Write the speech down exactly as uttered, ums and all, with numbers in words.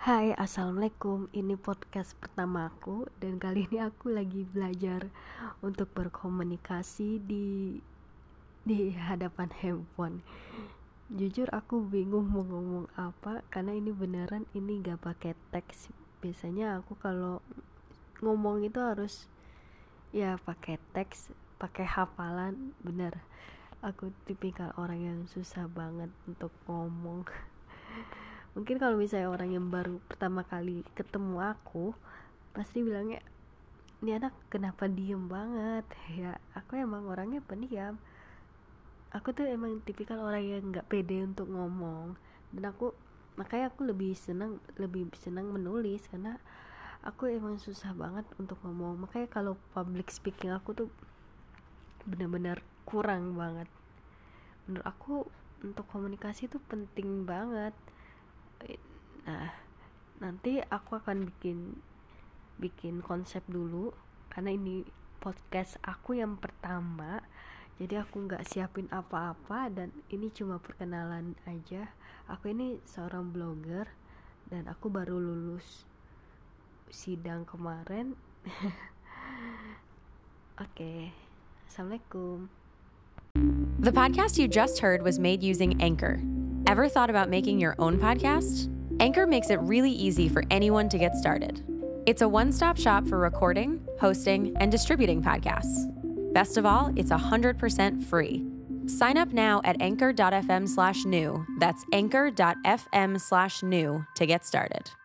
Hai, assalamualaikum. Ini podcast pertama aku dan kali ini aku lagi belajar untuk berkomunikasi di di hadapan handphone. Jujur aku bingung mau ngomong apa karena ini beneran ini gak pakai teks. Biasanya aku kalau ngomong itu harus ya pakai teks, pakai hafalan. Bener, aku tipikal orang yang susah banget untuk ngomong. Mungkin kalau misalnya orang yang baru pertama kali ketemu aku pasti bilangnya, ini anak kenapa diem banget. Ya aku emang orangnya pendiam. Aku tuh emang tipikal orang yang gak pede untuk ngomong. Dan aku makanya aku lebih senang lebih senang menulis karena aku emang susah banget untuk ngomong. Makanya kalau public speaking aku tuh benar-benar kurang banget. Menurut aku untuk komunikasi tuh penting banget. Nah, nanti aku akan bikin bikin konsep dulu karena ini podcast aku yang pertama. Jadi aku nggak siapin apa-apa dan ini cuma perkenalan aja. Aku ini seorang blogger dan aku baru lulus sidang kemarin. Oke, okay. Assalamualaikum. The podcast you just heard was made using Anchor. Ever thought about making your own podcast? Anchor makes it really easy for anyone to get started. It's a one-stop shop for recording, hosting, and distributing podcasts. Best of all, it's one hundred percent free. Sign up now at anchor.fm slash new. That's anchor.fm slash new to get started.